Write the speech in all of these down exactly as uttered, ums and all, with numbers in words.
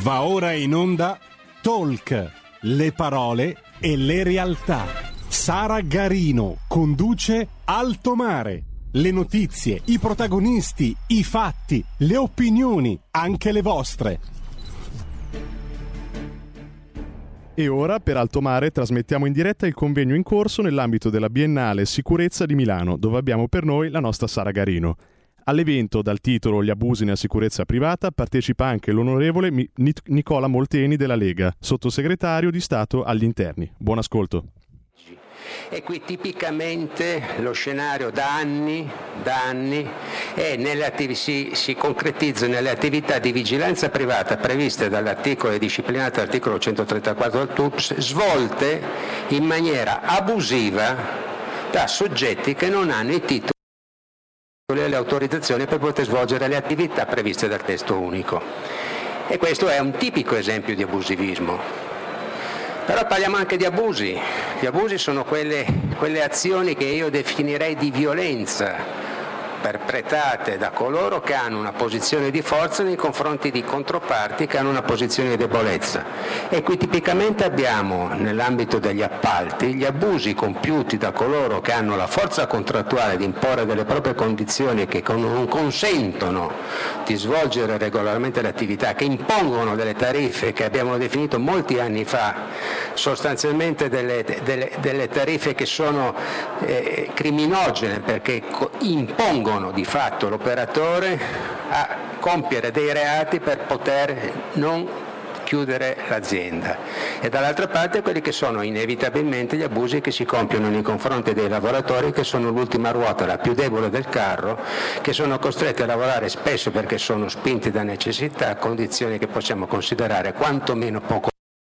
Va ora in onda Talk, le parole e le realtà. Sara Garino conduce Alto Mare. Le notizie, i protagonisti, i fatti, le opinioni, anche le vostre. E ora, per Alto Mare, trasmettiamo in diretta il convegno in corso nell'ambito della Biennale Sicurezza di Milano, dove abbiamo per noi la nostra Sara Garino. All'evento, dal titolo Gli abusi nella sicurezza privata, partecipa anche l'onorevole Mi- Nicola Molteni della Lega, sottosegretario di Stato agli Interni. Buon ascolto. E qui tipicamente lo scenario da anni, da anni è nelle attiv- si, si concretizza nelle attività di vigilanza privata previste dall'articolo e disciplinate dall'articolo centotrentaquattro del T U P S, svolte in maniera abusiva da soggetti che non hanno i titoli e le autorizzazioni per poter svolgere le attività previste dal testo unico. E questo è un tipico esempio di abusivismo. Però parliamo anche di abusi. Gli abusi sono quelle, quelle azioni che io definirei di violenza, perpetrate da coloro che hanno una posizione di forza nei confronti di controparti che hanno una posizione di debolezza. E qui tipicamente abbiamo, nell'ambito degli appalti, gli abusi compiuti da coloro che hanno la forza contrattuale di imporre delle proprie condizioni che non consentono di svolgere regolarmente l'attività, che impongono delle tariffe che abbiamo definito molti anni fa, sostanzialmente delle, delle, delle tariffe che sono eh, criminogene, perché impongono di fatto l'operatore a compiere dei reati per poter non chiudere l'azienda, e dall'altra parte quelli che sono inevitabilmente gli abusi che si compiono nei confronti dei lavoratori, che sono l'ultima ruota, la più debole del carro, che sono costretti a lavorare spesso perché sono spinti da necessità a condizioni che possiamo considerare quantomeno poco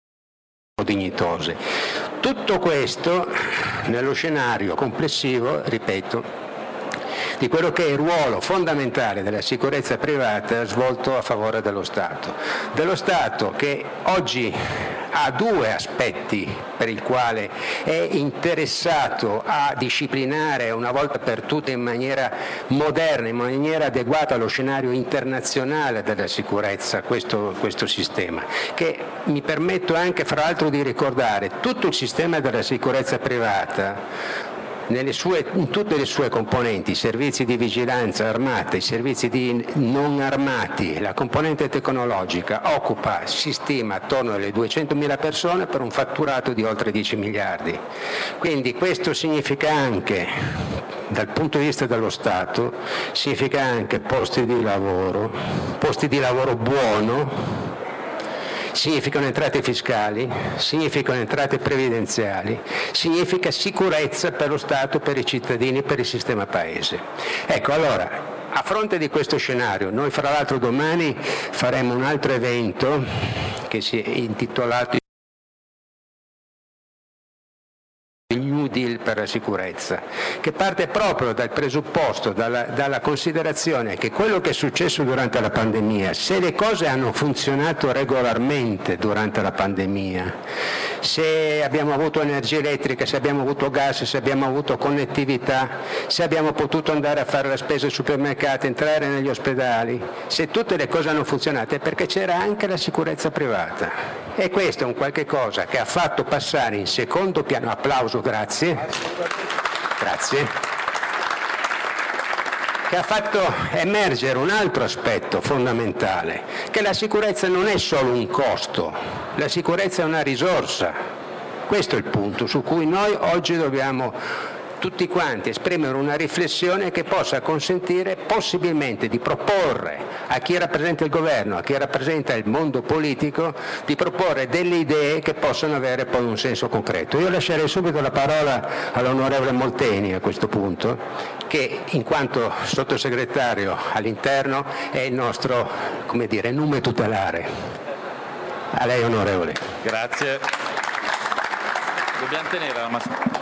dignitose. Tutto questo nello scenario complessivo, ripeto, di quello che è il ruolo fondamentale della sicurezza privata svolto a favore dello Stato. Dello Stato che oggi ha due aspetti per il quale è interessato a disciplinare una volta per tutte in maniera moderna, in maniera adeguata allo scenario internazionale della sicurezza questo, questo sistema, che mi permetto anche fra l'altro di ricordare tutto il sistema della sicurezza privata. Nelle sue, in tutte le sue componenti, i servizi di vigilanza armata, i servizi di non armati, la componente tecnologica occupa, si stima, attorno alle duecentomila persone per un fatturato di oltre dieci miliardi. Quindi questo significa anche, dal punto di vista dello Stato, significa anche posti di lavoro, posti di lavoro buono, significano entrate fiscali, significano entrate previdenziali, significa sicurezza per lo Stato, per i cittadini, per il sistema Paese. Ecco, allora, a fronte di questo scenario, noi fra l'altro domani faremo un altro evento che si è intitolato New Deal per la sicurezza, che parte proprio dal presupposto, dalla, dalla considerazione che quello che è successo durante la pandemia, se le cose hanno funzionato regolarmente durante la pandemia, se abbiamo avuto energia elettrica, se abbiamo avuto gas, se abbiamo avuto connettività, se abbiamo potuto andare a fare la spesa ai supermercati, entrare negli ospedali, se tutte le cose hanno funzionato è perché c'era anche la sicurezza privata. E questo è un qualche cosa che ha fatto passare in secondo piano, applauso, grazie, grazie, che ha fatto emergere un altro aspetto fondamentale, che la sicurezza non è solo un costo, la sicurezza è una risorsa. Questo è il punto su cui noi oggi dobbiamo tutti quanti esprimere una riflessione che possa consentire possibilmente di proporre a chi rappresenta il governo, a chi rappresenta il mondo politico, di proporre delle idee che possano avere poi un senso concreto. Io lascerei subito la parola all'onorevole Molteni a questo punto, che in quanto sottosegretario all'interno è il nostro, come dire, nume tutelare. A lei, onorevole. Grazie. Dobbiamo tenere la mascherina.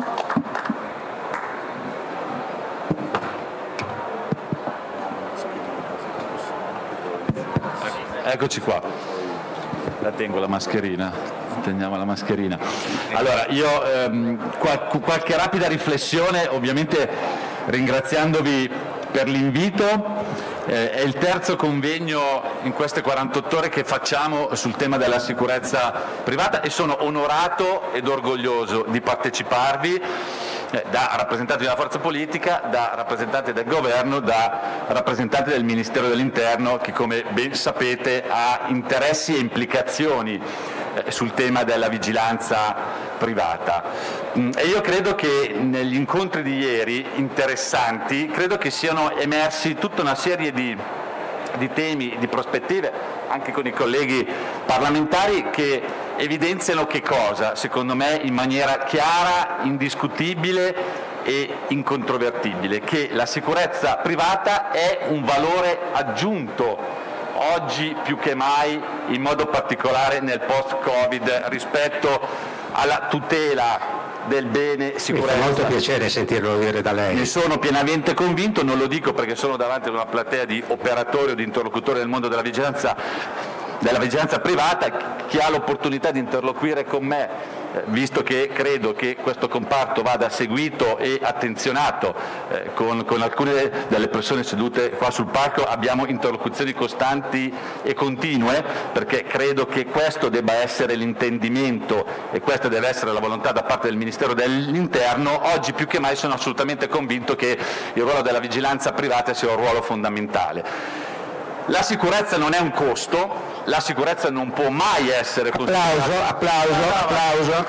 Eccoci qua, la tengo la mascherina, teniamo la mascherina. Allora, io ehm, qual- qualche rapida riflessione, ovviamente ringraziandovi per l'invito Eh, è il terzo convegno in queste quarantotto ore che facciamo sul tema della sicurezza privata e sono onorato ed orgoglioso di parteciparvi eh, da rappresentante di una forza politica, da rappresentante del governo, da rappresentante del Ministero dell'Interno che, come ben sapete, ha interessi e implicazioni eh, sul tema della vigilanza privata. Mm, e io credo che negli incontri di ieri interessanti credo che siano emersi tutta una serie di, di temi, di prospettive, anche con i colleghi parlamentari, che evidenziano che cosa? Secondo me in maniera chiara, indiscutibile e incontrovertibile, che la sicurezza privata è un valore aggiunto oggi più che mai, in modo particolare nel post-Covid, rispetto alla tutela del bene sicurezza. Mi fa molto piacere sentirlo dire da lei. Ne sono pienamente convinto, non lo dico perché sono davanti ad una platea di operatori o di interlocutori del mondo della vigilanza, della vigilanza privata. Chi ha l'opportunità di interloquire con me, eh, visto che credo che questo comparto vada seguito e attenzionato, eh, con, con alcune delle persone sedute qua sul palco abbiamo interlocuzioni costanti e continue, perché credo che questo debba essere l'intendimento e questa deve essere la volontà da parte del Ministero dell'Interno. Oggi più che mai sono assolutamente convinto che il ruolo della vigilanza privata sia un ruolo fondamentale. La sicurezza non è un costo, la sicurezza non può mai essere considerata... Applauso, applauso, applauso.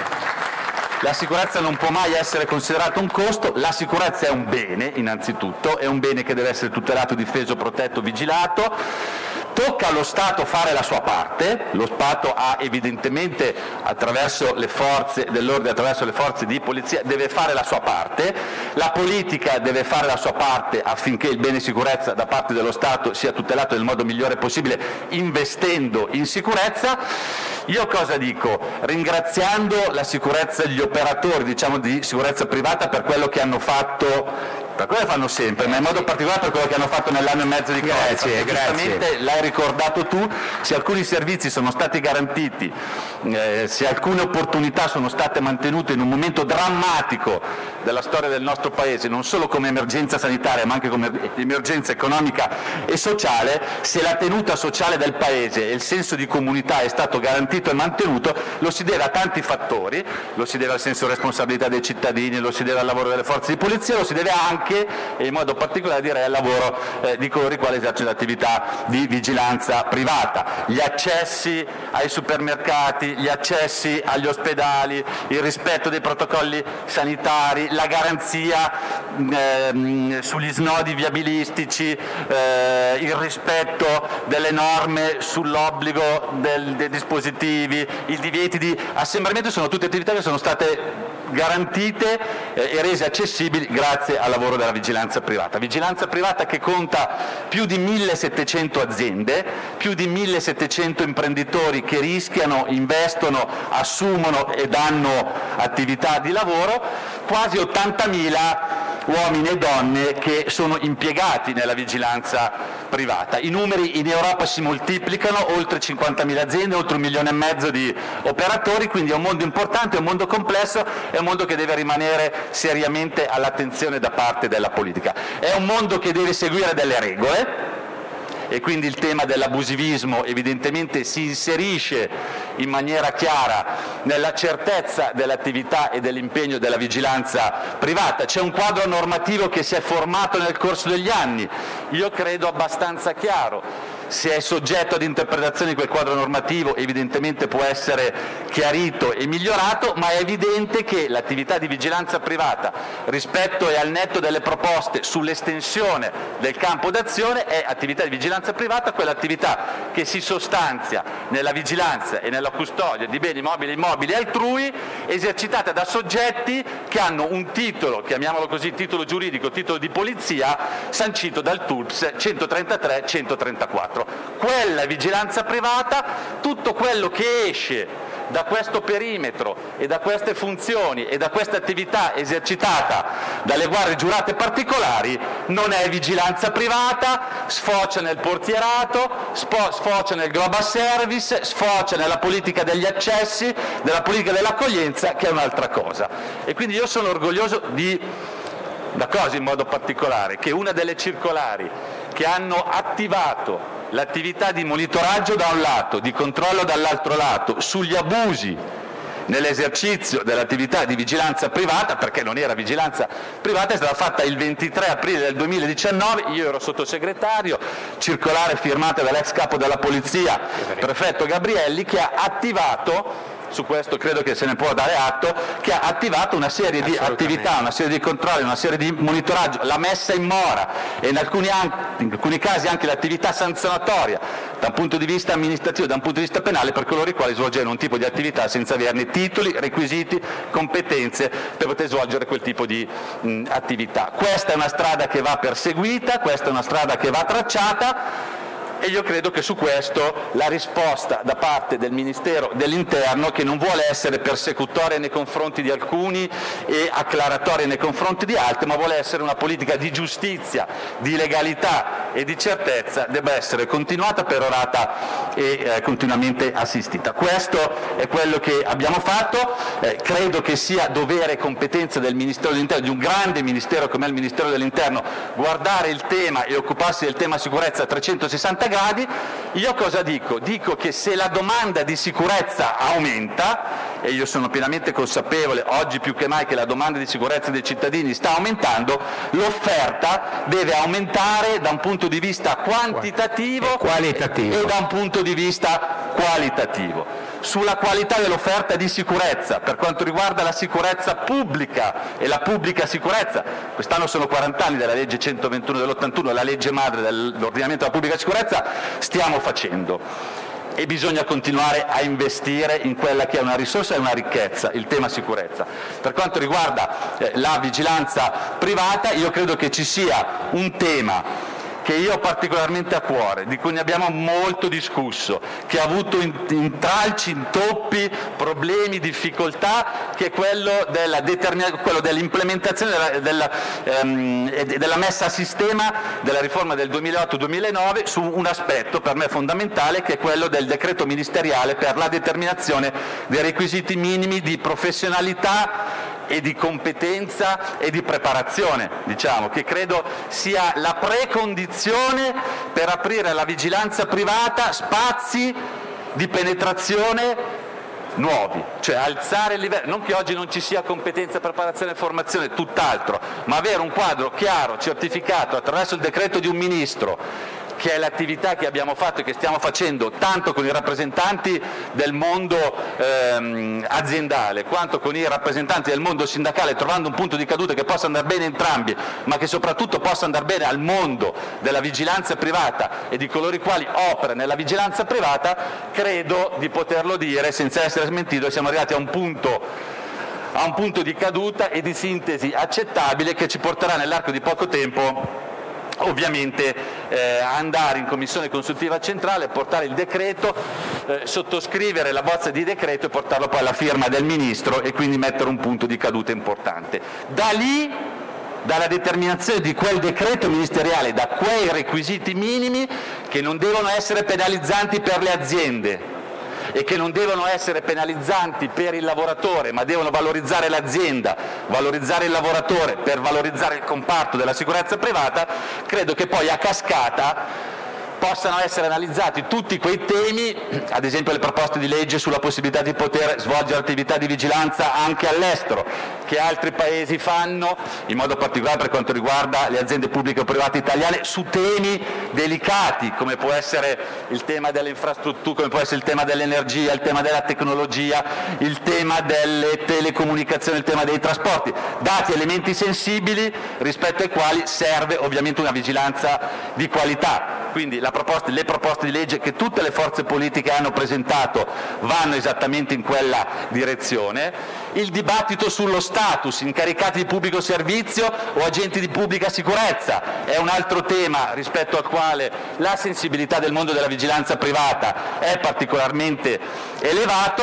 La sicurezza non può mai essere considerata un costo, la sicurezza è un bene innanzitutto, è un bene che deve essere tutelato, difeso, protetto, vigilato. Tocca allo Stato fare la sua parte, lo Stato ha evidentemente attraverso le forze dell'ordine, attraverso le forze di polizia, deve fare la sua parte, la politica deve fare la sua parte affinché il bene sicurezza da parte dello Stato sia tutelato nel modo migliore possibile, investendo in sicurezza. Io cosa dico? Ringraziando la sicurezza, gli operatori, diciamo, di sicurezza privata per quello che hanno fatto, per quello che fanno sempre, ma in modo particolare per quello che hanno fatto nell'anno e mezzo di Covid. Grazie, grazie. L'hai ricordato tu, se alcuni servizi sono stati garantiti, eh, se alcune opportunità sono state mantenute in un momento drammatico della storia del nostro Paese, non solo come emergenza sanitaria ma anche come emergenza economica e sociale, se la tenuta sociale del Paese e il senso di comunità è stato garantito e mantenuto, lo si deve a tanti fattori, lo si deve al senso di responsabilità dei cittadini, lo si deve al lavoro delle forze di polizia, lo si deve anche, e in modo particolare direi, al lavoro eh, di coloro i quali esercitano attività di vigilanza privata. Gli accessi ai supermercati, gli accessi agli ospedali, il rispetto dei protocolli sanitari, la garanzia ehm, sugli snodi viabilistici, eh, il rispetto delle norme sull'obbligo del, dei dispositivi, i divieti di assembramento, sono tutte attività che sono state garantite eh, e rese accessibili grazie al lavoro della vigilanza privata. Vigilanza privata che conta più di millesettecento aziende, più di millesettecento imprenditori che rischiano, investono, assumono e danno attività di lavoro, quasi ottantamila uomini e donne che sono impiegati nella vigilanza privata. I numeri in Europa si moltiplicano, oltre cinquantamila aziende, oltre un milione e mezzo di operatori, quindi è un mondo importante, è un mondo complesso, è un mondo che deve rimanere seriamente all'attenzione da parte della politica. È un mondo che deve seguire delle regole, e quindi il tema dell'abusivismo evidentemente si inserisce in maniera chiara nella certezza dell'attività e dell'impegno della vigilanza privata. C'è un quadro normativo che si è formato nel corso degli anni, io credo abbastanza chiaro. Se è soggetto ad interpretazioni quel quadro normativo evidentemente può essere chiarito e migliorato, ma è evidente che l'attività di vigilanza privata, rispetto e al netto delle proposte sull'estensione del campo d'azione, è attività di vigilanza privata quell'attività che si sostanzia nella vigilanza e nella custodia di beni mobili e immobili altrui, esercitata da soggetti che hanno un titolo, chiamiamolo così, titolo giuridico, titolo di polizia, sancito dal T U L P S centotrentatré centotrentaquattro. Quella vigilanza privata, tutto quello che esce da questo perimetro e da queste funzioni e da questa attività esercitata dalle guardie giurate particolari non è vigilanza privata, sfocia nel portierato, sfocia nel global service, sfocia nella politica degli accessi, nella politica dell'accoglienza, che è un'altra cosa. E quindi io sono orgoglioso di una cosa in modo particolare, che una delle circolari che hanno attivato l'attività di monitoraggio da un lato, di controllo dall'altro lato, sugli abusi nell'esercizio dell'attività di vigilanza privata, perché non era vigilanza privata, è stata fatta il ventitré aprile del duemiladiciannove, io ero sottosegretario, circolare firmata dall'ex capo della polizia, prefetto Gabrielli, che ha attivato, su questo credo che se ne può dare atto, che ha attivato una serie di attività, una serie di controlli, una serie di monitoraggio, la messa in mora e in alcuni, in alcuni casi anche l'attività sanzionatoria da un punto di vista amministrativo, da un punto di vista penale, per coloro i quali svolgevano un tipo di attività senza averne titoli, requisiti, competenze per poter svolgere quel tipo di mh, attività. Questa è una strada che va perseguita, questa è una strada che va tracciata, e io credo che su questo la risposta da parte del Ministero dell'Interno, che non vuole essere persecutoria nei confronti di alcuni e acclaratoria nei confronti di altri, ma vuole essere una politica di giustizia, di legalità e di certezza, debba essere continuata, perorata e eh, continuamente assistita. Questo è quello che abbiamo fatto, eh, credo che sia dovere e competenza del Ministero dell'Interno, di un grande Ministero come il Ministero dell'Interno, guardare il tema e occuparsi del tema sicurezza a trecentosessanta gradi. Io cosa dico? Dico che se la domanda di sicurezza aumenta, e io sono pienamente consapevole oggi più che mai che la domanda di sicurezza dei cittadini sta aumentando, l'offerta deve aumentare da un punto di vista quantitativo e, qualitativo. e da un punto di vista qualitativo. Sulla qualità dell'offerta di sicurezza, per quanto riguarda la sicurezza pubblica e la pubblica sicurezza, quest'anno sono quaranta anni della legge centoventuno dell'ottantuno, la legge madre dell'ordinamento della pubblica sicurezza, stiamo facendo. E bisogna continuare a investire in quella che è una risorsa e una ricchezza, il tema sicurezza. Per quanto riguarda eh, la vigilanza privata, io credo che ci sia un tema che io ho particolarmente a cuore, di cui ne abbiamo molto discusso, che ha avuto intralci, intoppi, problemi, difficoltà, che è quello della determin- quello dell'implementazione della, della, ehm, della messa a sistema della riforma del duemilaotto duemilanove su un aspetto per me fondamentale, che è quello del decreto ministeriale per la determinazione dei requisiti minimi di professionalità e di competenza e di preparazione, diciamo, che credo sia la precondizione per aprire alla vigilanza privata spazi di penetrazione nuovi, cioè alzare il livello, non che oggi non ci sia competenza, preparazione e formazione, tutt'altro, ma avere un quadro chiaro, certificato attraverso il decreto di un ministro, che è l'attività che abbiamo fatto e che stiamo facendo tanto con i rappresentanti del mondo ehm, aziendale quanto con i rappresentanti del mondo sindacale, trovando un punto di caduta che possa andare bene entrambi, ma che soprattutto possa andare bene al mondo della vigilanza privata e di coloro i quali operano nella vigilanza privata. Credo di poterlo dire senza essere smentito, siamo arrivati a un punto a un punto di caduta e di sintesi accettabile che ci porterà nell'arco di poco tempo ovviamente eh, andare in commissione consultiva centrale, portare il decreto, eh, sottoscrivere la bozza di decreto e portarlo poi alla firma del ministro e quindi mettere un punto di caduta importante. Da lì, dalla determinazione di quel decreto ministeriale, da quei requisiti minimi che non devono essere penalizzanti per le aziende e che non devono essere penalizzanti per il lavoratore, ma devono valorizzare l'azienda, valorizzare il lavoratore per valorizzare il comparto della sicurezza privata, credo che poi a cascata possano essere analizzati tutti quei temi, ad esempio le proposte di legge sulla possibilità di poter svolgere attività di vigilanza anche all'estero, che altri paesi fanno, in modo particolare per quanto riguarda le aziende pubbliche o private italiane, su temi delicati, come può essere il tema delle infrastrutture, come può essere il tema dell'energia, il tema della tecnologia, il tema delle telecomunicazioni, il tema dei trasporti, dati elementi sensibili rispetto ai quali serve ovviamente una vigilanza di qualità. Quindi la proposta, le proposte di legge che tutte le forze politiche hanno presentato vanno esattamente in quella direzione. Il dibattito sullo status, incaricati di pubblico servizio o agenti di pubblica sicurezza, è un altro tema rispetto al quale la sensibilità del mondo della vigilanza privata è particolarmente elevato.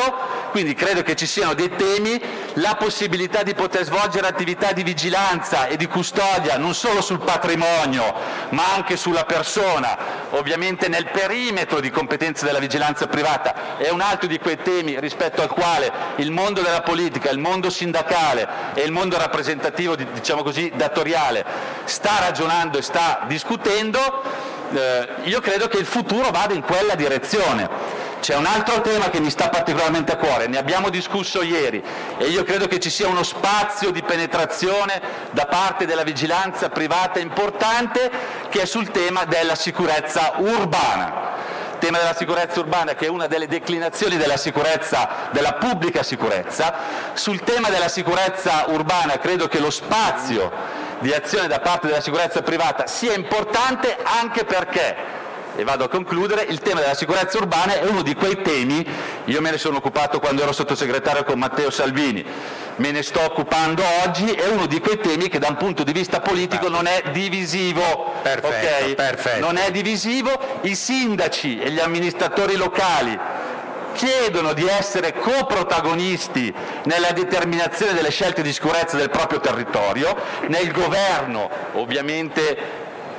Quindi credo che ci siano dei temi, la possibilità di poter svolgere attività di vigilanza e di custodia non solo sul patrimonio ma anche sulla persona, ovviamente nel perimetro di competenze della vigilanza privata, è un altro di quei temi rispetto al quale il mondo della politica, il mondo sindacale e il mondo rappresentativo, diciamo così, datoriale sta ragionando e sta discutendo. Eh, io credo che il futuro vada in quella direzione. C'è un altro tema che mi sta particolarmente a cuore, ne abbiamo discusso ieri e io credo che ci sia uno spazio di penetrazione da parte della vigilanza privata importante, che è sul tema della sicurezza urbana. Il tema della sicurezza urbana, che è una delle declinazioni della sicurezza, della pubblica sicurezza. Sul tema della sicurezza urbana credo che lo spazio di azione da parte della sicurezza privata sia importante, anche perché, e vado a concludere, il tema della sicurezza urbana è uno di quei temi, io me ne sono occupato quando ero sottosegretario con Matteo Salvini, me ne sto occupando oggi, è uno di quei temi che da un punto di vista politico non è divisivo. Perfetto, okay? perfetto. Non è divisivo, i sindaci e gli amministratori locali chiedono di essere coprotagonisti nella determinazione delle scelte di sicurezza del proprio territorio, nel governo ovviamente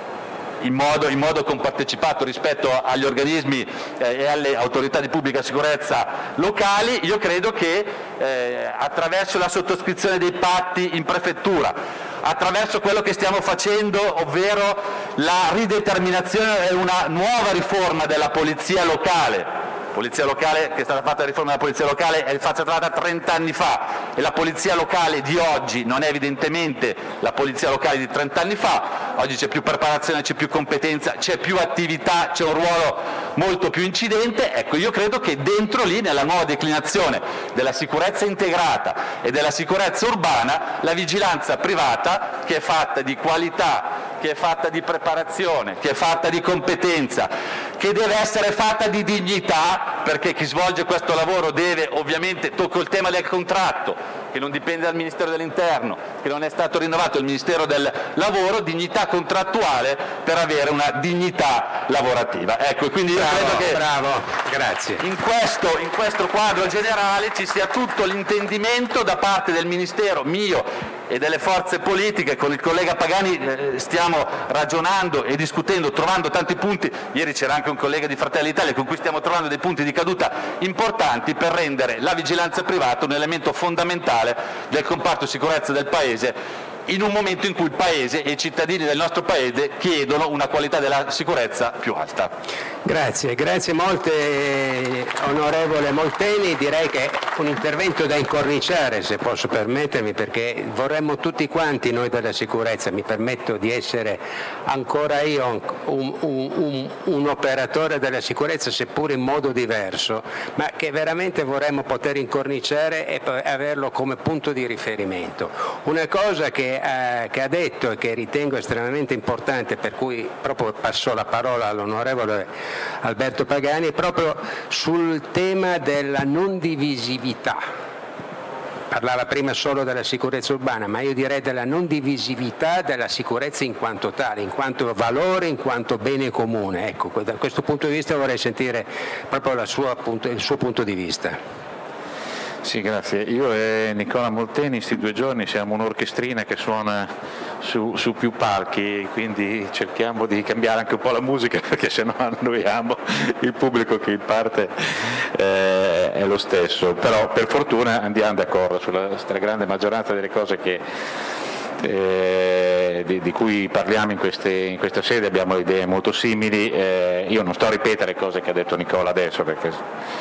in modo, in modo compartecipato rispetto agli organismi eh, e alle autorità di pubblica sicurezza locali. Io credo che eh, attraverso la sottoscrizione dei patti in prefettura, attraverso quello che stiamo facendo, ovvero la rideterminazione e una nuova riforma della polizia locale, polizia locale che è stata fatta la riforma della polizia locale è stata fatta trent'anni fa e la polizia locale di oggi non è evidentemente la polizia locale di trent'anni fa. Oggi c'è più preparazione, c'è più competenza, c'è più attività, c'è un ruolo molto più incidente. Ecco, io credo che dentro lì, nella nuova declinazione della sicurezza integrata e della sicurezza urbana, la vigilanza privata, che è fatta di qualità, che è fatta di preparazione, che è fatta di competenza, che deve essere fatta di dignità, perché chi svolge questo lavoro deve, ovviamente, tocco il tema del contratto, che non dipende dal Ministero dell'Interno, che non è stato rinnovato il Ministero del Lavoro, dignità contrattuale per avere una dignità lavorativa. Ecco, quindi io bravo, credo che bravo, grazie. In questo, in questo quadro generale ci sia tutto l'intendimento da parte del Ministero, mio e delle forze politiche. Con il collega Pagani eh, stiamo ragionando e discutendo, trovando tanti punti. Ieri c'era anche un collega di Fratelli d'Italia con cui stiamo trovando dei punti di caduta importanti per rendere la vigilanza privata un elemento fondamentale del comparto sicurezza del Paese, in un momento in cui il Paese e i cittadini del nostro Paese chiedono una qualità della sicurezza più alta. Grazie, grazie molte onorevole Molteni. Direi che un intervento da incorniciare, se posso permettermi, perché vorremmo tutti quanti noi della sicurezza, mi permetto di essere ancora io un, un, un, un operatore della sicurezza, seppur in modo diverso, ma che veramente vorremmo poter incorniciare e averlo come punto di riferimento. Una cosa che Eh, che ha detto e che ritengo estremamente importante, per cui proprio passo la parola all'onorevole Alberto Pagani, proprio sul tema della non divisività. Parlava prima solo della sicurezza urbana, ma io direi della non divisività della sicurezza in quanto tale, in quanto valore, in quanto bene comune. Ecco, da questo punto di vista vorrei sentire proprio la sua, il suo punto di vista. Sì, grazie. Io e Nicola Molteni in questi due giorni siamo un'orchestrina che suona su, su più palchi, quindi cerchiamo di cambiare anche un po' la musica, perché sennò annoiamo il pubblico che in parte eh, è lo stesso. Però per fortuna andiamo d'accordo sulla stragrande maggioranza delle cose che Eh, di, di cui parliamo in, queste, in questa sede, abbiamo idee molto simili. Eh, io non sto a ripetere cose che ha detto Nicola adesso, perché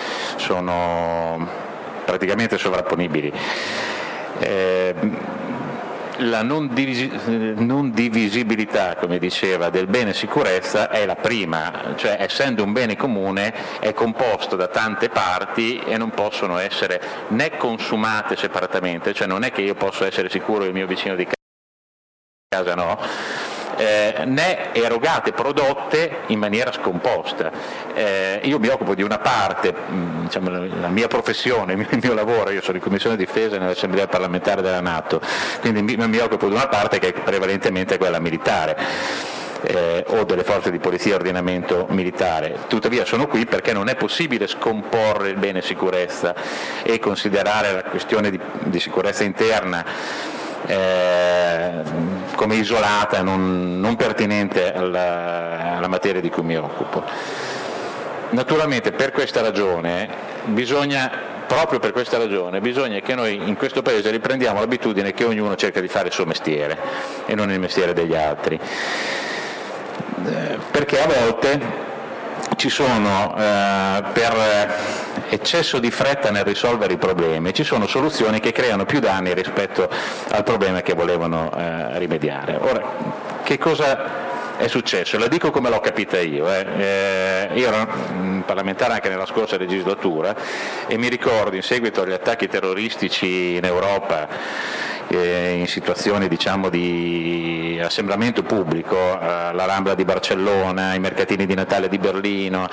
sono praticamente sovrapponibili. Eh, la non, divisi- non divisibilità, come diceva, del bene sicurezza è la prima, cioè essendo un bene comune è composto da tante parti e non possono essere né consumate separatamente, cioè non è che io posso essere sicuro che il mio vicino di casa no, Eh, né erogate prodotte in maniera scomposta. Eh, io mi occupo di una parte, mh, diciamo, la mia professione, il mio lavoro, io sono in Commissione Difesa nell'Assemblea parlamentare della NATO, quindi mi, mi occupo di una parte che è prevalentemente quella militare. eh, o delle forze di polizia e ordinamento militare. Tuttavia sono qui perché non è possibile scomporre il bene sicurezza e considerare la questione di, di sicurezza interna eh, come isolata, non, non pertinente alla, alla materia di cui mi occupo. Naturalmente per questa ragione bisogna Proprio per questa ragione bisogna che noi in questo Paese riprendiamo l'abitudine che ognuno cerca di fare il suo mestiere e non il mestiere degli altri, perché a volte ci sono, eh, per eccesso di fretta nel risolvere i problemi, ci sono soluzioni che creano più danni rispetto al problema che volevano eh, rimediare. Ora, che cosa è successo? La dico come l'ho capita io. Eh. Eh, io ero parlamentare anche nella scorsa legislatura e mi ricordo, in seguito agli attacchi terroristici in Europa, eh, in situazioni diciamo di assembramento pubblico, eh, la Rambla di Barcellona, i mercatini di Natale di Berlino,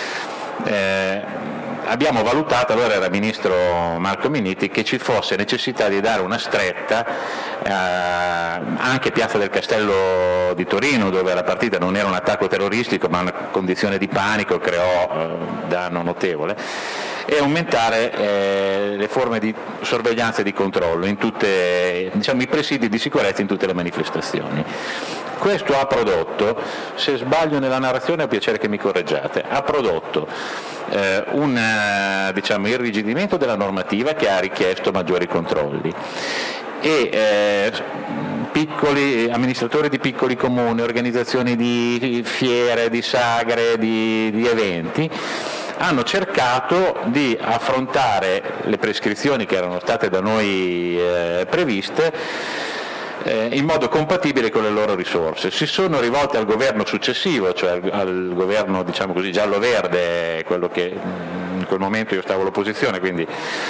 eh, abbiamo valutato, allora era ministro Marco Minniti, che ci fosse necessità di dare una stretta eh, anche Piazza del Castello di Torino, dove la partita non era un attacco terroristico ma una condizione di panico, creò eh, danno notevole, e aumentare eh, le forme di sorveglianza e di controllo in tutte, diciamo, i presidi di sicurezza in tutte le manifestazioni. Questo ha prodotto, se sbaglio nella narrazione è un piacere che mi correggiate, ha prodotto eh, un diciamo, irrigidimento della normativa che ha richiesto maggiori controlli e eh, piccoli amministratori di piccoli comuni, organizzazioni di fiere, di sagre, di, di eventi hanno cercato di affrontare le prescrizioni che erano state da noi eh, previste in modo compatibile con le loro risorse. Si sono rivolti al governo successivo, cioè al, al governo diciamo così giallo-verde, quello che in quel momento io stavo all'opposizione, quindi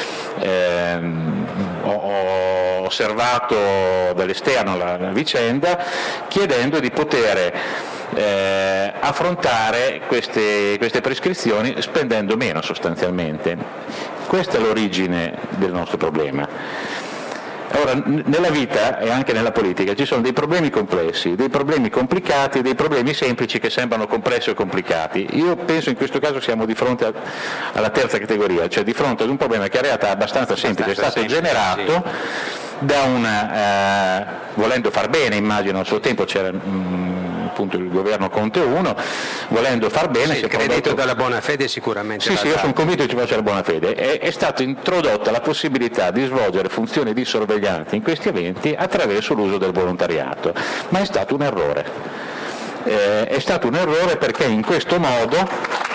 ehm, ho, ho osservato dall'esterno la, la vicenda, chiedendo di poter eh, affrontare queste, queste prescrizioni spendendo meno sostanzialmente. Questa è l'origine del nostro problema. Ora, nella vita e anche nella politica ci sono dei problemi complessi, dei problemi complicati, dei problemi semplici che sembrano complessi o complicati. Io penso in questo caso siamo di fronte a, alla terza categoria, cioè di fronte ad un problema che in realtà è abbastanza semplice, è stato semplice, generato sì. da una, eh, volendo far bene, immagino al suo tempo c'era mh, appunto il governo Conte uno, volendo far bene. Sì, il credito prodotto... dalla buona fede sicuramente. Sì, sì, io sono convinto che ci faccia la buona fede. È, è stata introdotta la possibilità di svolgere funzioni di sorveglianza in questi eventi attraverso l'uso del volontariato, ma è stato un errore. Eh, è stato un errore perché in questo modo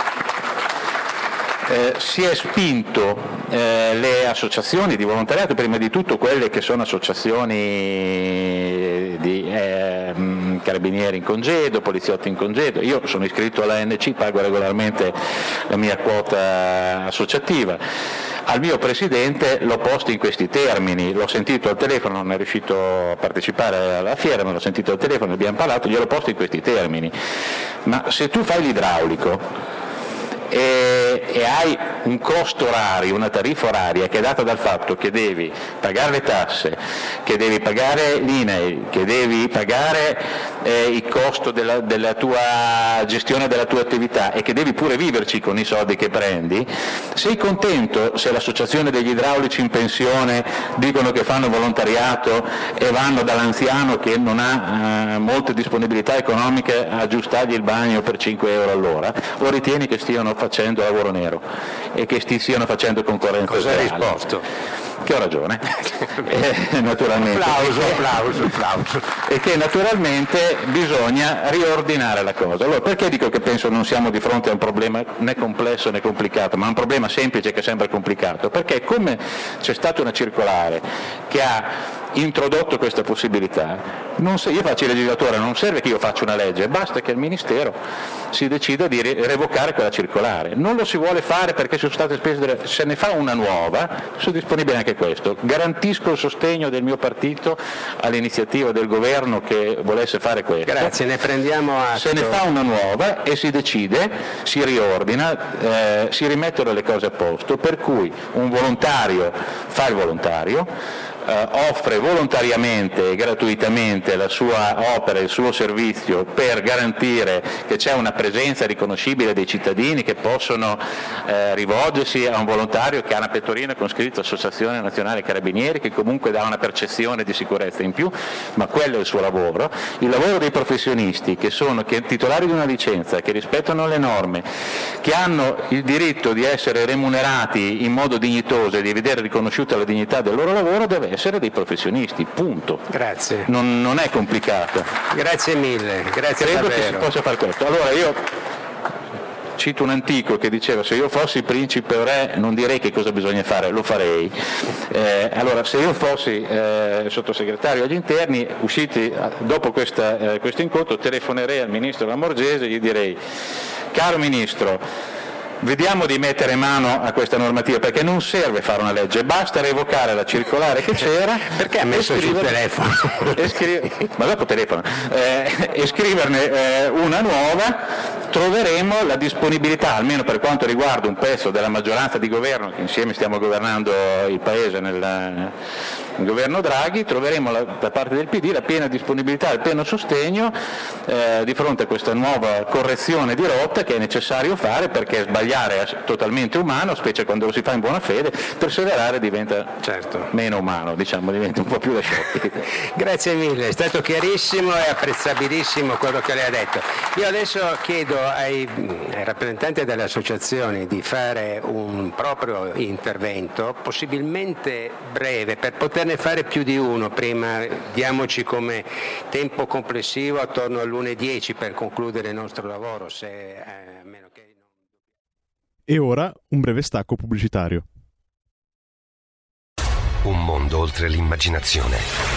Eh, si è spinto eh, le associazioni di volontariato, prima di tutto quelle che sono associazioni di eh, carabinieri in congedo, poliziotti in congedo. Io sono iscritto alla A N C, pago regolarmente la mia quota associativa. Al mio presidente l'ho posto in questi termini, l'ho sentito al telefono, non è riuscito a partecipare alla fiera, ma l'ho sentito al telefono, abbiamo parlato, gliel'ho posto in questi termini. Ma se tu fai l'idraulico E, e hai un costo orario, una tariffa oraria che è data dal fatto che devi pagare le tasse, che devi pagare l'I N A I, che devi pagare eh, il costo della, della tua gestione della tua attività e che devi pure viverci con i soldi che prendi, sei contento se l'associazione degli idraulici in pensione dicono che fanno volontariato e vanno dall'anziano che non ha eh, molte disponibilità economiche a aggiustargli il bagno per cinque euro all'ora, o ritieni che stiano facendo lavoro nero e che sti, stiano facendo concorrenza? Cosa hai risposto? Che ho ragione, eh, naturalmente. Applauso, applauso, applauso. E che naturalmente bisogna riordinare la cosa. Allora, perché dico che penso non siamo di fronte a un problema né complesso né complicato, ma a un problema semplice che sembra complicato? Perché come c'è stata una circolare che ha introdotto questa possibilità, non se io faccio il legislatore, non serve che io faccia una legge, basta che il Ministero si decida di revocare quella circolare. Non lo si vuole fare perché sono state spese delle... se ne fa una nuova, sono disponibile anche questo. Garantisco il sostegno del mio partito all'iniziativa del governo che volesse fare questo. Grazie, ne prendiamo atto. Se ne fa una nuova e si decide, si riordina, eh, si rimettono le cose a posto, per cui un volontario fa il volontario, eh, offre volontariamente e gratuitamente la sua opera, il suo servizio per garantire che c'è una presenza riconoscibile dei cittadini che possono eh, rivolgersi a un volontario che ha una pettorina con scritto Associazione Nazionale Carabinieri, che comunque dà una percezione di sicurezza in più, ma quello è il suo lavoro. Il lavoro dei professionisti che sono che titolari di una licenza, che rispettano le norme, che hanno il diritto di essere remunerati in modo dignitoso e di vedere riconosciuta la dignità del loro lavoro, deve essere dei professionisti, punto. Grazie. Non, non è complicato. Grazie mille, grazie Credo davvero. che si possa fare questo. Allora io cito un antico che diceva: se io fossi principe o re non direi che cosa bisogna fare, lo farei. Eh, allora, se io fossi eh, sottosegretario agli interni, usciti dopo questa, eh, questo incontro, telefonerei al ministro Lamorgese e gli direi: caro ministro, vediamo di mettere mano a questa normativa, perché non serve fare una legge, basta revocare la circolare che c'era. Perché ha messo sul telefono? E scrive, ma dopo telefono, eh, e scriverne eh, una nuova. Troveremo la disponibilità, almeno per quanto riguarda un pezzo della maggioranza di governo, che insieme stiamo governando il Paese nel, nel governo Draghi, troveremo la, da parte del P D la piena disponibilità e il pieno sostegno eh, di fronte a questa nuova correzione di rotta che è necessario fare, perché sbagliare è totalmente umano, specie quando lo si fa in buona fede, perseverare diventa certo meno umano, diciamo, diventa un po' più da sciocchi. Grazie mille, è stato chiarissimo e apprezzabilissimo quello che lei ha detto. Io adesso chiedo ai, ai rappresentanti delle associazioni di fare un proprio intervento, possibilmente breve, per poterne fare più di uno. Prima diamoci come tempo complessivo attorno all'una e dieci per concludere il nostro lavoro, se, eh, a meno che... E ora un breve stacco pubblicitario. Un mondo oltre l'immaginazione,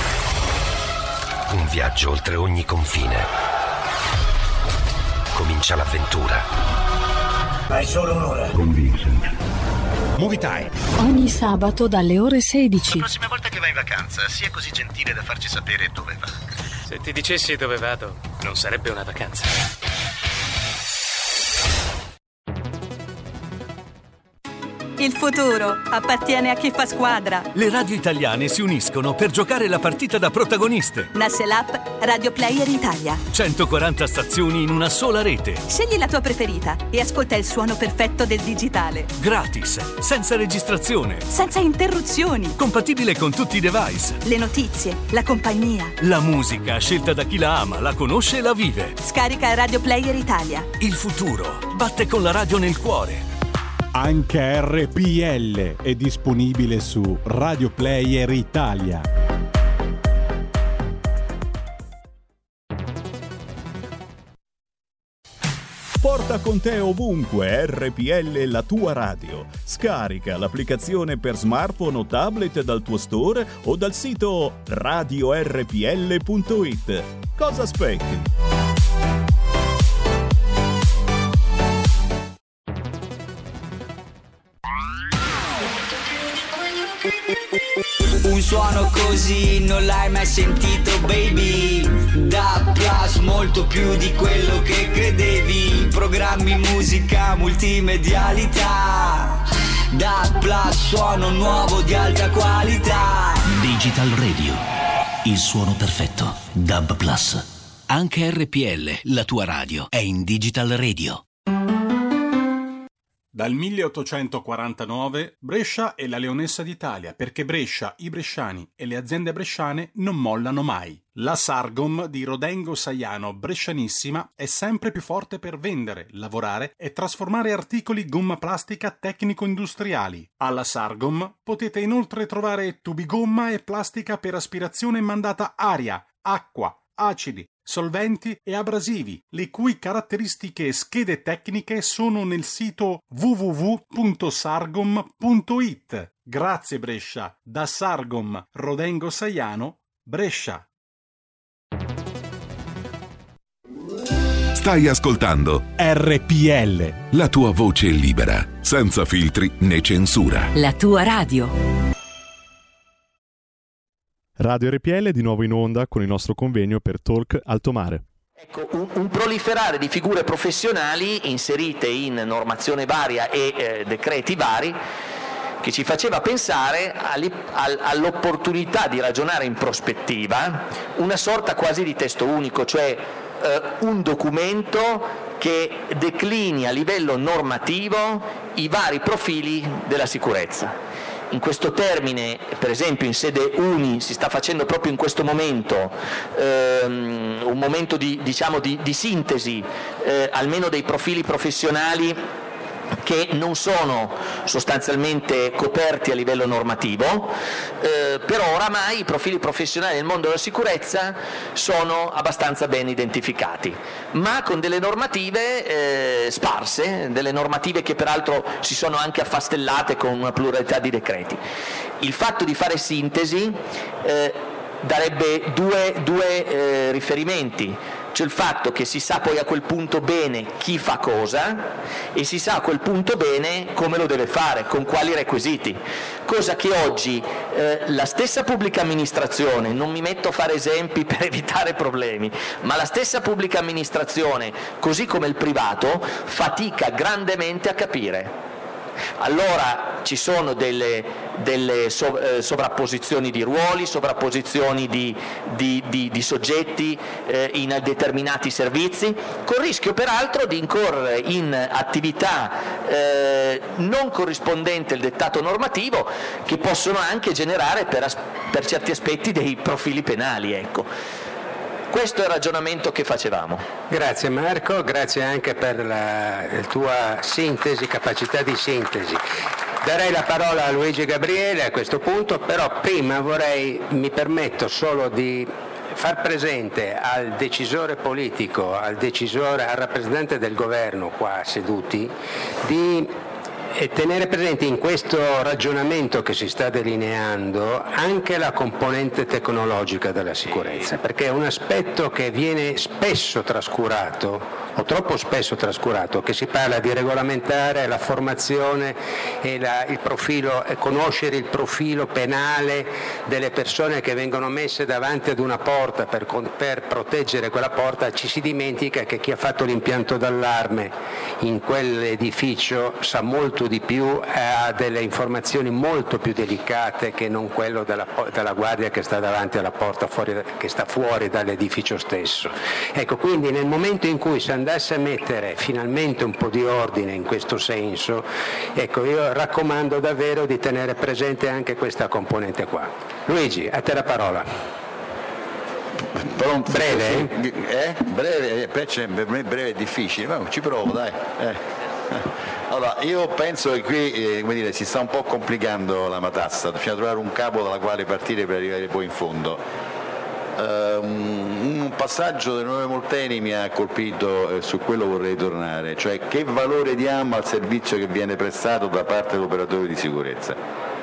un viaggio oltre ogni confine. Comincia l'avventura. Hai solo un'ora. Con Vincent. Movie Time. Ogni sabato dalle ore sedici. La prossima volta che vai in vacanza, sia così gentile da farci sapere dove va. Se ti dicessi dove vado, non sarebbe una vacanza. Il futuro appartiene a chi fa squadra. Le radio italiane si uniscono per giocare la partita da protagoniste. Nasce l'app Radio Player Italia. centoquaranta stazioni in una sola rete. Scegli la tua preferita e ascolta il suono perfetto del digitale. Gratis, senza registrazione. Senza interruzioni. Compatibile con tutti i device. Le notizie, la compagnia. La musica, scelta da chi la ama, la conosce e la vive. Scarica Radio Player Italia. Il futuro batte con la radio nel cuore. Anche R P L è disponibile su Radio Player Italia. Porta con te ovunque R P L, la tua radio. Scarica l'applicazione per smartphone o tablet dal tuo store o dal sito radio r p l punto i t. Cosa aspetti? Un suono così non l'hai mai sentito, baby. Da Plus, molto più di quello che credevi. Programmi, musica, multimedialità. Da Plus, suono nuovo di alta qualità. Digital Radio, il suono perfetto. Dub Plus. Anche R P L, la tua radio, è in Digital Radio. Dal milleottocentoquarantanove Brescia è la leonessa d'Italia, perché Brescia, i bresciani e le aziende bresciane non mollano mai. La Sargom di Rodengo Saiano, brescianissima, è sempre più forte per vendere, lavorare e trasformare articoli gomma plastica tecnico-industriali. Alla Sargom potete inoltre trovare tubi gomma e plastica per aspirazione mandata aria, acqua, acidi, solventi e abrasivi, le cui caratteristiche e schede tecniche sono nel sito w w w punto sargom punto i t. Grazie Brescia, da Sargom, Rodengo Saiano, Brescia. Stai ascoltando R P L, la tua voce libera, senza filtri né censura. La tua radio. Radio R P L di nuovo in onda con il nostro convegno per Talk Alto Mare. Ecco, un, un proliferare di figure professionali inserite in normazione varia e eh, decreti vari che ci faceva pensare all'opportunità di ragionare in prospettiva una sorta quasi di testo unico, cioè eh, un documento che declini a livello normativo i vari profili della sicurezza. In questo termine, per esempio in sede Uni, si sta facendo proprio in questo momento ehm, un momento di, diciamo, di, di sintesi eh, almeno dei profili professionali che non sono sostanzialmente coperti a livello normativo, eh, però oramai i profili professionali nel mondo della sicurezza sono abbastanza ben identificati, ma con delle normative eh, sparse, delle normative che peraltro si sono anche affastellate con una pluralità di decreti. Il fatto di fare sintesi eh, darebbe due, due eh, riferimenti. C'è il fatto che si sa poi a quel punto bene chi fa cosa e si sa a quel punto bene come lo deve fare, con quali requisiti, cosa che oggi eh, la stessa pubblica amministrazione, non mi metto a fare esempi per evitare problemi, ma la stessa pubblica amministrazione, così come il privato, fatica grandemente a capire. Allora ci sono delle, delle sovrapposizioni di ruoli, sovrapposizioni di, di, di, di soggetti eh, in determinati servizi, con il rischio peraltro di incorrere in attività eh, non corrispondenti al dettato normativo, che possono anche generare per, per certi aspetti dei profili penali. Ecco. Questo è il ragionamento che facevamo. Grazie Marco, grazie anche per la, la tua sintesi, capacità di sintesi. Darei la parola a Luigi Gabriele a questo punto, però prima vorrei, mi permetto solo di far presente al decisore politico, al decisore, al rappresentante del governo qua seduti, di e tenere presente in questo ragionamento che si sta delineando anche la componente tecnologica della sicurezza, perché è un aspetto che viene spesso trascurato, o troppo spesso trascurato, che si parla di regolamentare la formazione e la, il profilo, e conoscere il profilo penale delle persone che vengono messe davanti ad una porta per, per proteggere quella porta. Ci si dimentica che chi ha fatto l'impianto d'allarme in quell'edificio sa molto di più, ha delle informazioni molto più delicate che non quello della, della guardia che sta davanti alla porta, fuori, che sta fuori dall'edificio stesso. Ecco, quindi nel momento in cui si andasse a mettere finalmente un po' di ordine in questo senso, ecco, io raccomando davvero di tenere presente anche questa componente qua. Luigi, a te la parola. Pronto? Breve? Eh? Breve, per me breve è difficile, ma ci provo, dai. Eh. Allora, io penso che qui eh, come dire, si sta un po' complicando la matassa, bisogna trovare un capo dalla quale partire per arrivare poi in fondo. Uh, un, un passaggio del nove Molteni mi ha colpito e eh, su quello vorrei tornare, cioè che valore diamo al servizio che viene prestato da parte dell'operatore di sicurezza.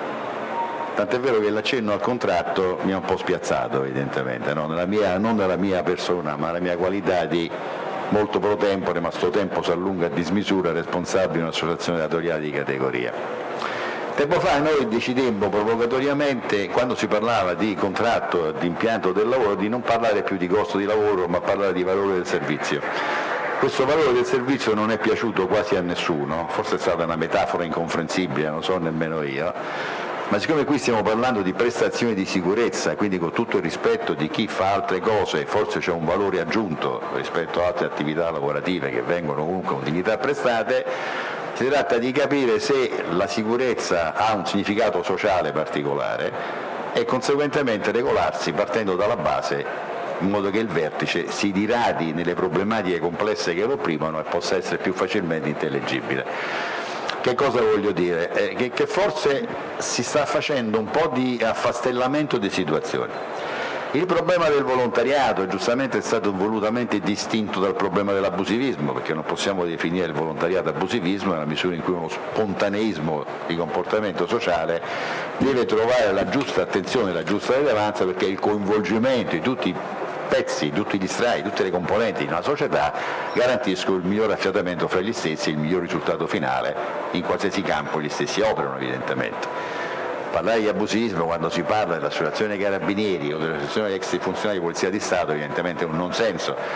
Tant'è vero che l'accenno al contratto mi ha un po' spiazzato evidentemente, no? Nella mia, non nella mia persona ma nella mia qualità di molto pro tempore, ma sto tempo si allunga a dismisura, responsabile di un'associazione datoriale di categoria. Tempo fa noi decidemmo provocatoriamente, quando si parlava di contratto, di impianto del lavoro, di non parlare più di costo di lavoro, ma parlare di valore del servizio. Questo valore del servizio non è piaciuto quasi a nessuno, forse è stata una metafora incomprensibile, non so nemmeno io. Ma siccome qui stiamo parlando di prestazioni di sicurezza, quindi con tutto il rispetto di chi fa altre cose, forse c'è un valore aggiunto rispetto a altre attività lavorative che vengono comunque con dignità prestate, si tratta di capire se la sicurezza ha un significato sociale particolare e conseguentemente regolarsi partendo dalla base in modo che il vertice si diradi nelle problematiche complesse che lo opprimono e possa essere più facilmente intellegibile. Che cosa voglio dire? Eh, che, che forse si sta facendo un po' di affastellamento di situazioni. Il problema del volontariato giustamente è stato volutamente distinto dal problema dell'abusivismo, perché non possiamo definire il volontariato abusivismo nella misura in cui uno spontaneismo di comportamento sociale deve trovare la giusta attenzione, la giusta rilevanza, perché il coinvolgimento di tutti i pezzi, tutti gli strati, tutte le componenti di una società garantiscono il miglior affiatamento fra gli stessi e il miglior risultato finale. In qualsiasi campo gli stessi operano evidentemente. Parlare di abusivismo quando si parla dell'associazione dei carabinieri o dell'associazione degli ex funzionari di polizia di Stato evidentemente è un non senso.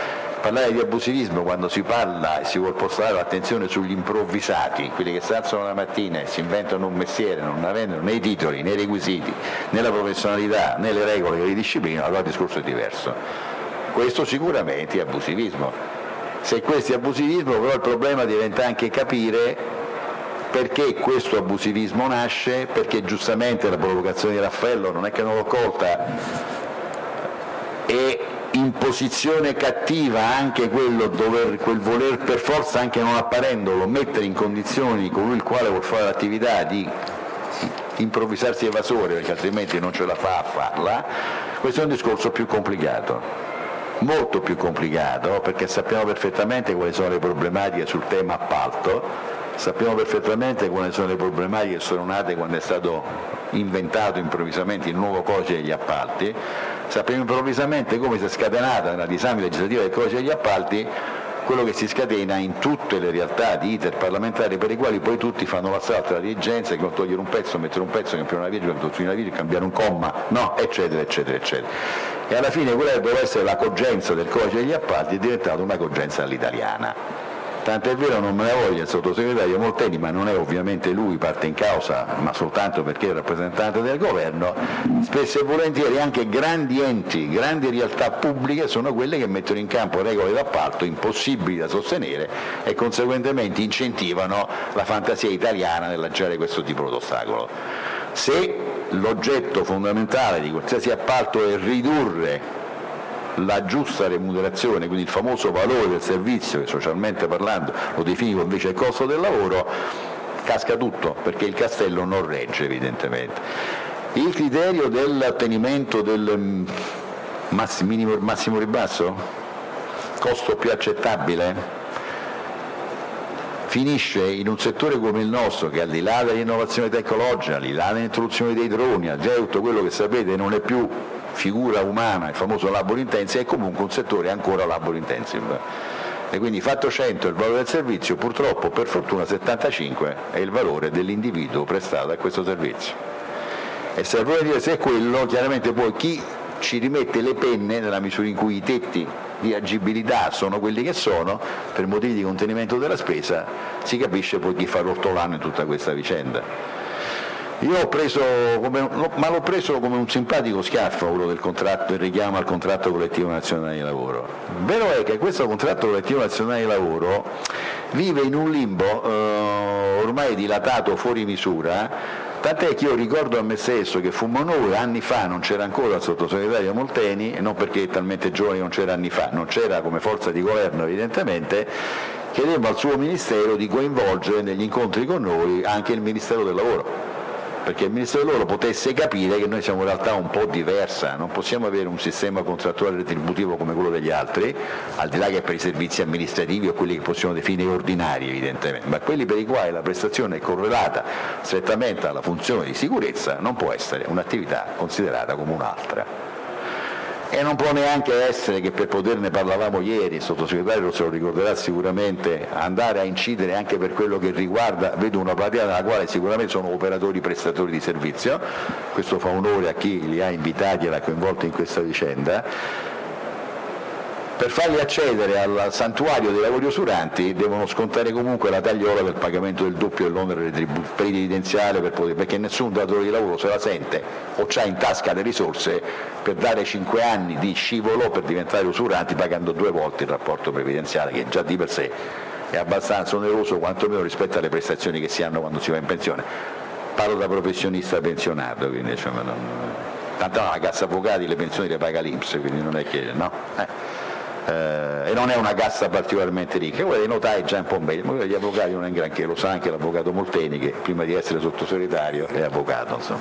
parlare di abusivismo quando si parla e si vuol portare l'attenzione sugli improvvisati, quelli che si alzano la mattina e si inventano un mestiere, non avendo né i titoli, né i requisiti, né la professionalità, né le regole che li disciplinano, allora il discorso è diverso. Questo sicuramente è abusivismo. Se questo è abusivismo, però il problema diventa anche capire perché questo abusivismo nasce, perché giustamente la provocazione di Raffaello non è che non l'ho colta, è in posizione cattiva anche quello dover, quel voler per forza, anche non apparendolo, mettere in condizioni colui il quale vuol fare l'attività di improvvisarsi evasore, perché altrimenti non ce la fa a farla. Questo è un discorso più complicato, molto più complicato, perché sappiamo perfettamente quali sono le problematiche sul tema appalto, sappiamo perfettamente quali sono le problematiche che sono nate quando è stato inventato improvvisamente il nuovo codice degli appalti, sappiamo improvvisamente come si è scatenata nella disamina legislativa del codice degli appalti quello che si scatena in tutte le realtà di iter parlamentari, per i quali poi tutti fanno l'assalto alla dirigenza, che non togliere un pezzo, mettere un pezzo, cambiare una virgola, costruire una virgola, cambiare un comma, no, eccetera, eccetera, eccetera. E alla fine quella che doveva essere la cogenza del codice degli appalti è diventata una cogenza all'italiana. Tanto è vero, non me ne voglia il sottosegretario Molteni, ma non è ovviamente lui parte in causa, ma soltanto perché è il rappresentante del governo, spesso e volentieri anche grandi enti, grandi realtà pubbliche sono quelle che mettono in campo regole d'appalto impossibili da sostenere e conseguentemente incentivano la fantasia italiana nel lanciare questo tipo di ostacolo. Se l'oggetto fondamentale di qualsiasi appalto è ridurre la giusta remunerazione, quindi il famoso valore del servizio, che socialmente parlando lo definivo invece il costo del lavoro, casca tutto, perché il castello non regge evidentemente. Il criterio dell'ottenimento del massimo, minimo, massimo ribasso, costo più accettabile, finisce in un settore come il nostro, che al di là dell'innovazione tecnologica, al di là dell'introduzione dei droni, al di là di tutto quello che sapete non è più figura umana, il famoso labor intensive, è comunque un settore ancora labor intensive. E quindi fatto cento il valore del servizio, purtroppo per fortuna settantacinque è il valore dell'individuo prestato a questo servizio. E se vuoi dire se è quello, chiaramente poi chi ci rimette le penne, nella misura in cui i tetti di agibilità sono quelli che sono, per motivi di contenimento della spesa, si capisce poi chi fa l'ortolano in tutta questa vicenda. Io ho preso, come, ma l'ho preso come un simpatico schiaffo quello del contratto, il richiamo al contratto collettivo nazionale di lavoro. Vero è che questo contratto collettivo nazionale di lavoro vive in un limbo eh, ormai dilatato fuori misura, tant'è che io ricordo a me stesso che fummo noi anni fa, non c'era ancora il sottosegretario Molteni, e non perché è talmente giovane non c'era anni fa, non c'era come forza di governo evidentemente, chiedemmo al suo ministero di coinvolgere negli incontri con noi anche il Ministero del Lavoro, perché il Ministero del Lavoro potesse capire che noi siamo in realtà un po' diversa, non possiamo avere un sistema contrattuale retributivo come quello degli altri, al di là che per i servizi amministrativi o quelli che possiamo definire ordinari evidentemente, ma quelli per i quali la prestazione è correlata strettamente alla funzione di sicurezza non può essere un'attività considerata come un'altra. E non può neanche essere che, per poterne parlavamo ieri, il sottosegretario se lo ricorderà sicuramente, andare a incidere anche per quello che riguarda, vedo una platea nella quale sicuramente sono operatori prestatori di servizio, questo fa onore a chi li ha invitati e l'ha coinvolto in questa vicenda. Per farli accedere al santuario dei lavori usuranti devono scontare comunque la tagliola del pagamento del doppio dell'onere previdenziale, per poter, perché nessun datore di lavoro se la sente o c'ha in tasca le risorse per dare cinque anni di scivolo per diventare usuranti pagando due volte il rapporto previdenziale, che già di per sé è abbastanza oneroso, quantomeno rispetto alle prestazioni che si hanno quando si va in pensione. Parlo da professionista pensionato, quindi insomma, non... tanto la cassa avvocati le pensioni le paga l'I N P S, quindi non è che no. Eh. Eh, e non è una cassa particolarmente ricca, quella dei notai è già un po' meglio, ma quella degli avvocati non è granché, lo sa anche l'avvocato Molteni che prima di essere sottosegretario è avvocato, insomma.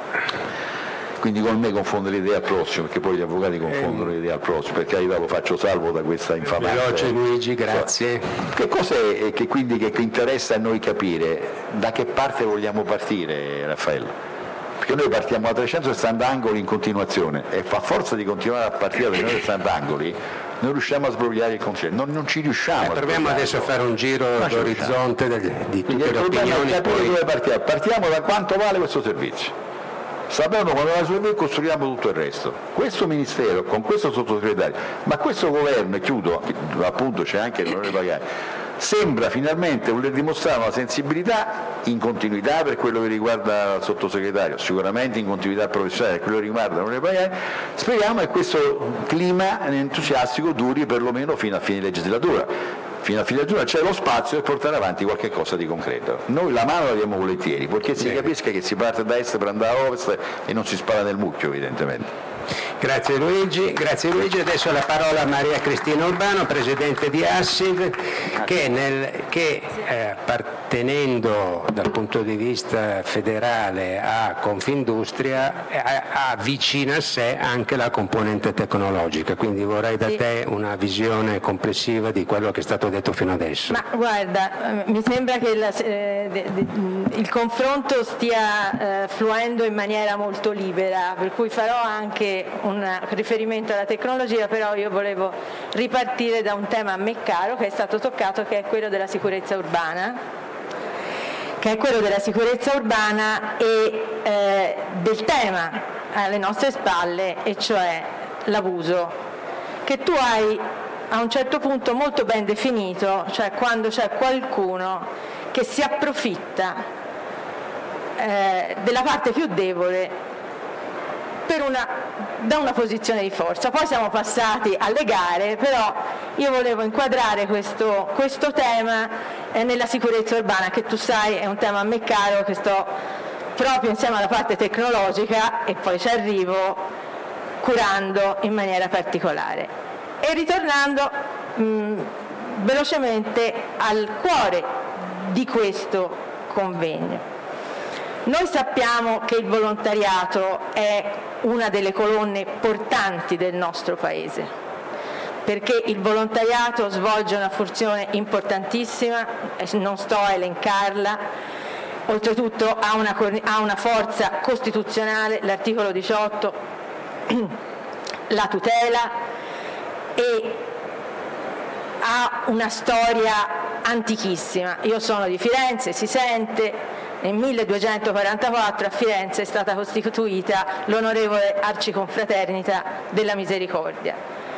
Quindi con me confonde l'idea al prossimo, perché poi gli avvocati confondono eh, l'idea al prossimo, perché io lo faccio salvo da questa infamante. Veloce Luigi, grazie. Che cos'è che quindi che interessa a noi capire? Da che parte vogliamo partire, Raffaello? Perché noi partiamo da trecentosessanta angoli in continuazione e a forza di continuare a partire da trecentosessanta angoli non riusciamo a sbrogliare il Consiglio, non, non ci riusciamo. Eh, proviamo adesso a fare un giro d'orizzonte di tutte le opinioni. Poi... Dove partiamo? Partiamo da quanto vale questo servizio. Sappiamo quando la risolviamo costruiamo tutto il resto. Questo Ministero, con questo sottosegretario, ma questo governo, e chiudo, appunto c'è anche l'onorevole Pagani, sembra finalmente voler dimostrare una sensibilità in continuità per quello che riguarda il sottosegretario, sicuramente in continuità professionale per quello che riguarda l'onorevole Pagani. Speriamo che questo clima entusiastico duri perlomeno fino a fine legislatura. Fino a fine legislatura c'è lo spazio per portare avanti qualche cosa di concreto. Noi la mano la diamo volentieri, perché si capisca che si parte da est per andare a ovest e non si spara nel mucchio, evidentemente. Grazie Luigi, grazie Luigi. Adesso la parola a Maria Cristina Urbano, presidente di Assig, che, nel, che eh, appartenendo dal punto di vista federale a Confindustria eh, ha vicino a sé anche la componente tecnologica, quindi vorrei da sì. te una visione complessiva di quello che è stato detto fino adesso. Ma guarda, mi sembra che la, eh, de, de, il confronto stia eh, fluendo in maniera molto libera, per cui farò anche un riferimento alla tecnologia, però io volevo ripartire da un tema a me caro che è stato toccato, che è quello della sicurezza urbana, che è quello della sicurezza urbana e eh, del tema alle nostre spalle, e cioè l'abuso, che tu hai a un certo punto molto ben definito, cioè quando c'è qualcuno che si approfitta eh, della parte più debole per una, da una posizione di forza. Poi siamo passati alle gare, però io volevo inquadrare questo, questo tema eh, nella sicurezza urbana, che tu sai è un tema a me caro, che sto proprio insieme alla parte tecnologica, e poi ci arrivo, curando in maniera particolare. E ritornando mh, velocemente al cuore di questo convegno. Noi sappiamo che il volontariato è una delle colonne portanti del nostro Paese, perché il volontariato svolge una funzione importantissima, non sto a elencarla, oltretutto ha una, ha una forza costituzionale, l'articolo diciotto la tutela, e ha una storia antichissima. Io sono di Firenze, si sente. Nel milleduecentoquarantaquattro a Firenze è stata costituita l'onorevole Arciconfraternita della Misericordia.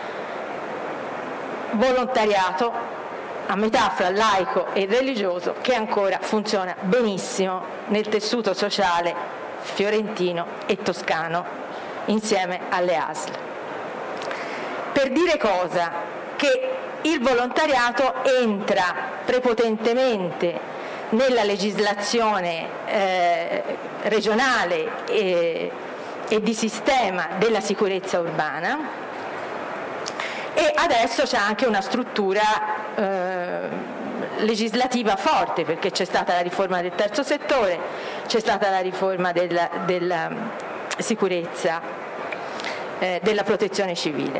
Volontariato a metà fra laico e religioso, che ancora funziona benissimo nel tessuto sociale fiorentino e toscano insieme alle A S L. Per dire cosa? Che il volontariato entra prepotentemente nella legislazione eh, regionale e, e di sistema della sicurezza urbana, e adesso c'è anche una struttura eh, legislativa forte, perché c'è stata la riforma del terzo settore, c'è stata la riforma della, della sicurezza, eh, della protezione civile.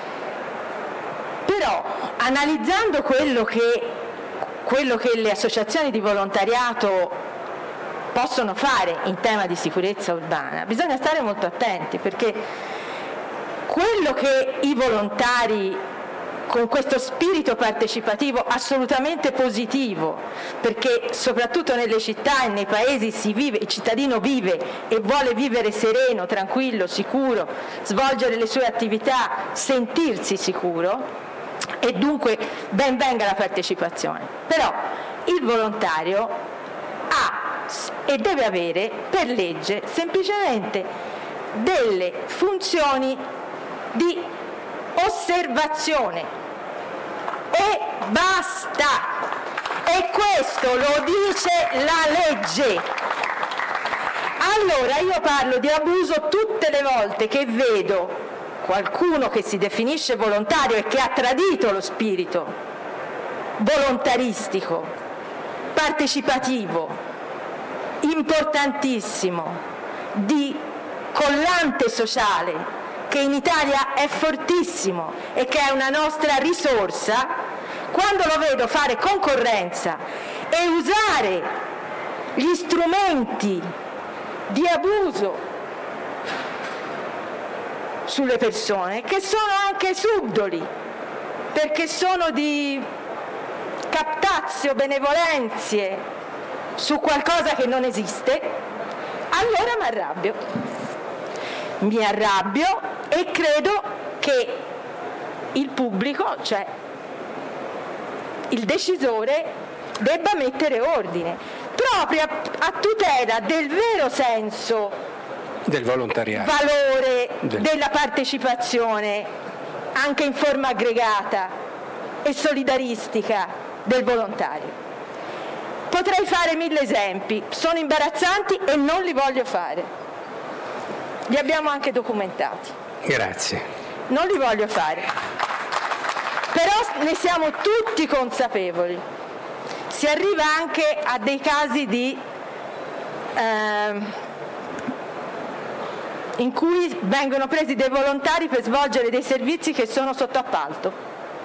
Però analizzando quello che quello che le associazioni di volontariato possono fare in tema di sicurezza urbana, bisogna stare molto attenti, perché quello che i volontari, con questo spirito partecipativo assolutamente positivo, perché soprattutto nelle città e nei paesi si vive, il cittadino vive e vuole vivere sereno, tranquillo, sicuro, svolgere le sue attività, sentirsi sicuro, e dunque ben venga la partecipazione. Però il volontario ha e deve avere per legge semplicemente delle funzioni di osservazione e basta, e questo lo dice la legge. Allora io parlo di abuso tutte le volte che vedo qualcuno che si definisce volontario e che ha tradito lo spirito volontaristico, partecipativo, importantissimo, di collante sociale, che in Italia è fortissimo e che è una nostra risorsa. Quando lo vedo fare concorrenza e usare gli strumenti di abuso sulle persone, che sono anche subdoli, perché sono di captazio, benevolenze su qualcosa che non esiste, allora mi arrabbio. mi arrabbio e credo che il pubblico, cioè il decisore, debba mettere ordine, proprio a, a tutela del vero senso del volontariato, valore del... della partecipazione anche in forma aggregata e solidaristica del volontario. Potrei fare mille esempi, sono imbarazzanti e non li voglio fare. Li abbiamo anche documentati. Grazie. Non li voglio fare. Però ne siamo tutti consapevoli. Si arriva anche a dei casi di ehm, in cui vengono presi dei volontari per svolgere dei servizi che sono sotto appalto.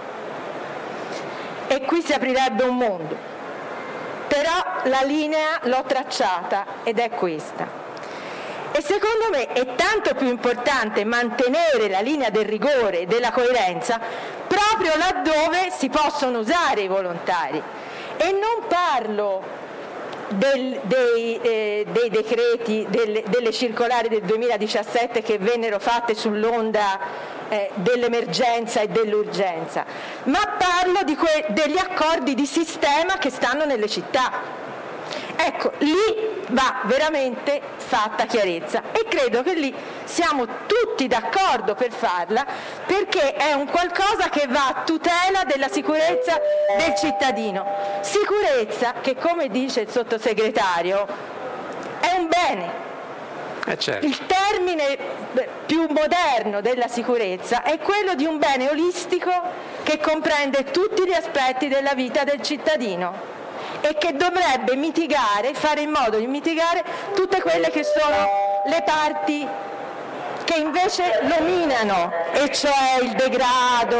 E qui si aprirebbe un mondo. Però la linea l'ho tracciata ed è questa. E secondo me è tanto più importante mantenere la linea del rigore e della coerenza proprio laddove si possono usare i volontari. E non parlo del, dei, eh, dei decreti, del, delle circolari del duemiladiciassette che vennero fatte sull'onda eh, dell'emergenza e dell'urgenza, ma parlo di que- degli accordi di sistema che stanno nelle città. Ecco, lì va veramente fatta chiarezza e credo che lì siamo tutti d'accordo per farla, perché è un qualcosa che va a tutela della sicurezza del cittadino. Sicurezza che, come dice il sottosegretario, è un bene. Eh certo. Il termine più moderno della sicurezza è quello di un bene olistico che comprende tutti gli aspetti della vita del cittadino e che dovrebbe mitigare, fare in modo di mitigare tutte quelle che sono le parti che invece lo minano, e cioè il degrado,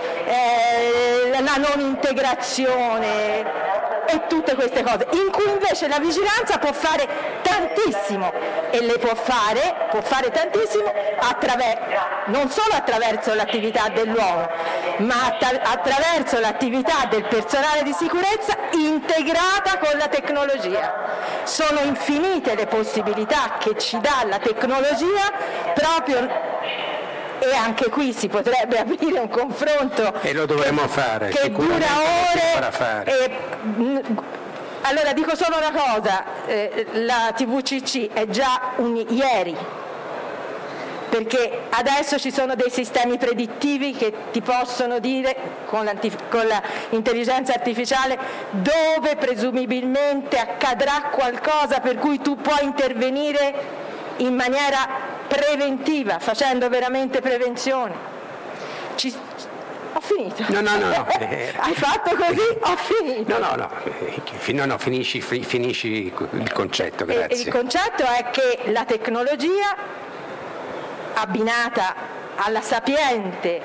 eh, la non integrazione e tutte queste cose, in cui invece la vigilanza può fare tantissimo e le può fare, può fare tantissimo attraver- non solo attraverso l'attività dell'uomo, ma att- attraverso l'attività del personale di sicurezza integrata con la tecnologia. Sono infinite le possibilità che ci dà la tecnologia proprio. E anche qui si potrebbe aprire un confronto e lo dovremmo che, fare, che dura ore. Fare. E, allora dico solo una cosa, eh, la T V C C è già un ieri, perché adesso ci sono dei sistemi predittivi che ti possono dire con, con l'intelligenza artificiale dove presumibilmente accadrà qualcosa per cui tu puoi intervenire in maniera preventiva, facendo veramente prevenzione. Ci... Ho finito. No, no, no. no. Hai fatto così? Ho finito. No, no, no. no, no finisci, finisci il concetto, grazie. E il concetto è che la tecnologia abbinata alla sapiente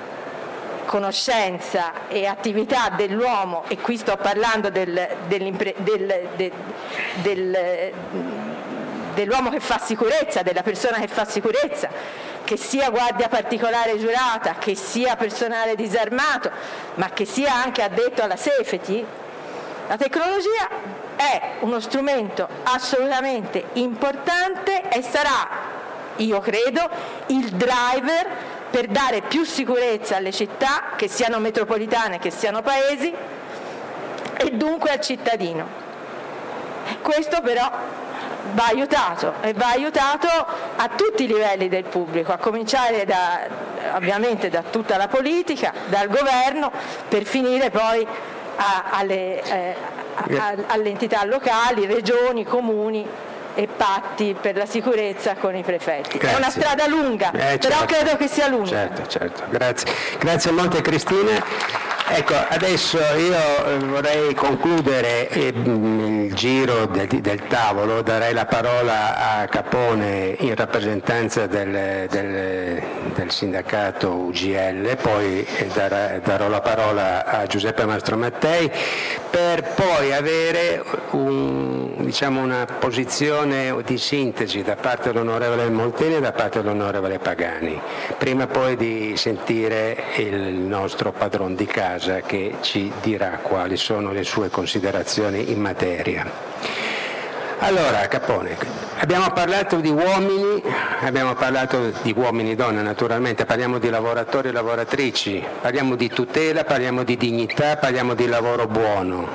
conoscenza e attività dell'uomo, e qui sto parlando del, del, del, del, del dell'uomo che fa sicurezza, della persona che fa sicurezza, che sia guardia particolare giurata, che sia personale disarmato, ma che sia anche addetto alla safety. La tecnologia è uno strumento assolutamente importante e sarà, io credo, il driver per dare più sicurezza alle città, che siano metropolitane, che siano paesi, e dunque al cittadino. Questo però va aiutato e va aiutato a tutti i livelli del pubblico, a cominciare da, ovviamente da tutta la politica, dal governo, per finire poi a, alle, eh, a, alle entità locali, regioni, comuni e patti per la sicurezza con i prefetti. Grazie. È una strada lunga, eh, però certo, credo che sia lunga. Certo, certo. Grazie. Grazie molte Cristina. Ecco, adesso io vorrei concludere il giro del, del tavolo, darei la parola a Capone in rappresentanza del, del, del sindacato U G L, poi dar, darò la parola a Giuseppe Mastromattei per poi avere un, diciamo, una posizione di sintesi da parte dell'onorevole Molteni e da parte dell'onorevole Pagani, prima poi di sentire il nostro padron di casa che ci dirà quali sono le sue considerazioni in materia. Allora, Capone, abbiamo parlato di uomini, abbiamo parlato di uomini e donne naturalmente, parliamo di lavoratori e lavoratrici, parliamo di tutela, parliamo di dignità, parliamo di lavoro buono.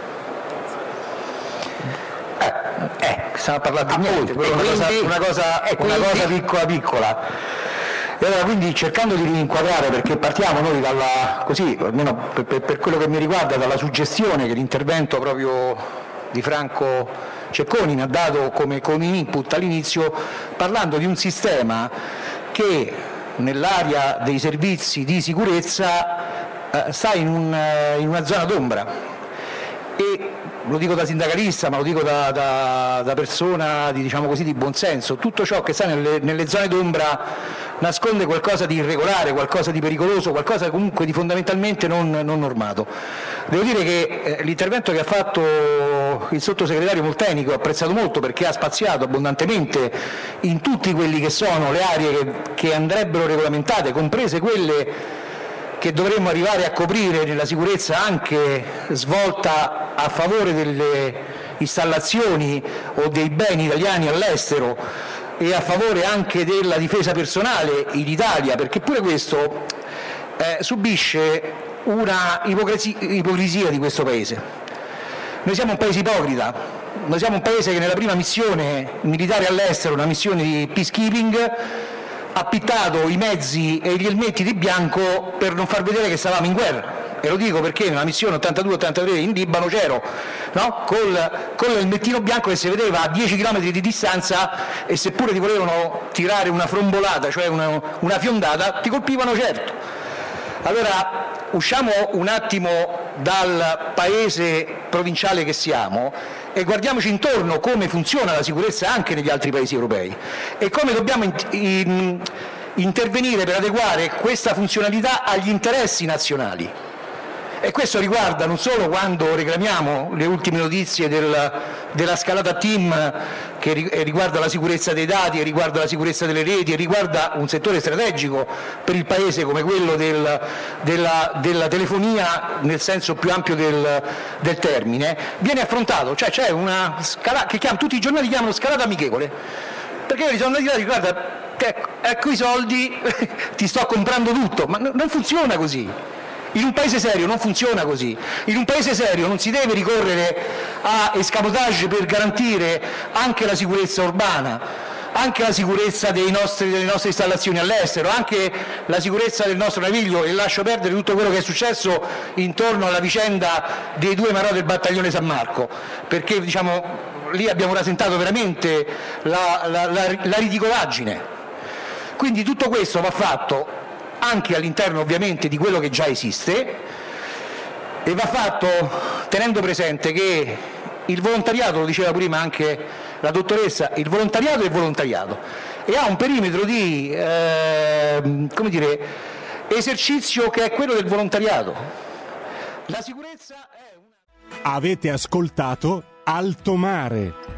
Eh, eh stiamo parlando di niente, però una, quindi, cosa, una, cosa, quindi, una cosa piccola piccola. E allora quindi cercando di rinquadrare, perché partiamo noi dalla, così, almeno per, per, per quello che mi riguarda, dalla suggestione che l'intervento proprio di Franco Cecconi mi ha dato come, come input all'inizio, parlando di un sistema che nell'area dei servizi di sicurezza eh, sta in, un, in una zona d'ombra, e lo dico da sindacalista, ma lo dico da, da, da persona di, diciamo così, di buonsenso: tutto ciò che sta nelle, nelle zone d'ombra nasconde qualcosa di irregolare, qualcosa di pericoloso, qualcosa comunque di fondamentalmente non, non normato. Devo dire che eh, l'intervento che ha fatto il sottosegretario Molteni, che ho apprezzato molto perché ha spaziato abbondantemente in tutti quelli che sono le aree che, che andrebbero regolamentate, comprese quelle che dovremmo arrivare a coprire nella sicurezza anche svolta a favore delle installazioni o dei beni italiani all'estero e a favore anche della difesa personale in Italia, perché pure questo eh, subisce una ipocrisia, ipocrisia di questo Paese. Noi siamo un Paese ipocrita, noi siamo un Paese che nella prima missione militare all'estero, una missione di peacekeeping, ha pittato i mezzi e gli elmetti di bianco per non far vedere che stavamo in guerra. E lo dico perché nella missione ottantadue ottantatré in Libano c'ero, no? Col, con l'elmettino bianco che si vedeva a dieci chilometri di distanza, e seppure ti volevano tirare una frombolata, cioè una, una fiondata, ti colpivano certo. Allora usciamo un attimo dal paese provinciale che siamo e guardiamoci intorno come funziona la sicurezza anche negli altri paesi europei e come dobbiamo in, in, intervenire per adeguare questa funzionalità agli interessi nazionali. E questo riguarda non solo quando reclamiamo le ultime notizie del, della scalata team che riguarda la sicurezza dei dati, e riguarda la sicurezza delle reti, e riguarda un settore strategico per il Paese come quello del, della, della telefonia nel senso più ampio del, del termine, viene affrontato, cioè c'è una scalata che chiam, tutti i giornali chiamano scalata amichevole, perché gli sono andati, guarda, ecco, ecco i soldi, ti sto comprando tutto, ma non funziona così. In un paese serio non funziona così. In un paese serio non si deve ricorrere a escamotage per garantire anche la sicurezza urbana, anche la sicurezza dei nostri, delle nostre installazioni all'estero, anche la sicurezza del nostro naviglio, e lascio perdere tutto quello che è successo intorno alla vicenda dei due marò del battaglione San Marco, perché diciamo, lì abbiamo rasentato veramente la, la, la, la ridicolaggine. Quindi tutto questo va fatto anche all'interno ovviamente di quello che già esiste, e va fatto tenendo presente che il volontariato, lo diceva prima anche la dottoressa, il volontariato è volontariato e ha un perimetro di eh, come dire, esercizio che è quello del volontariato. La sicurezza è una... Avete ascoltato Alto Mare.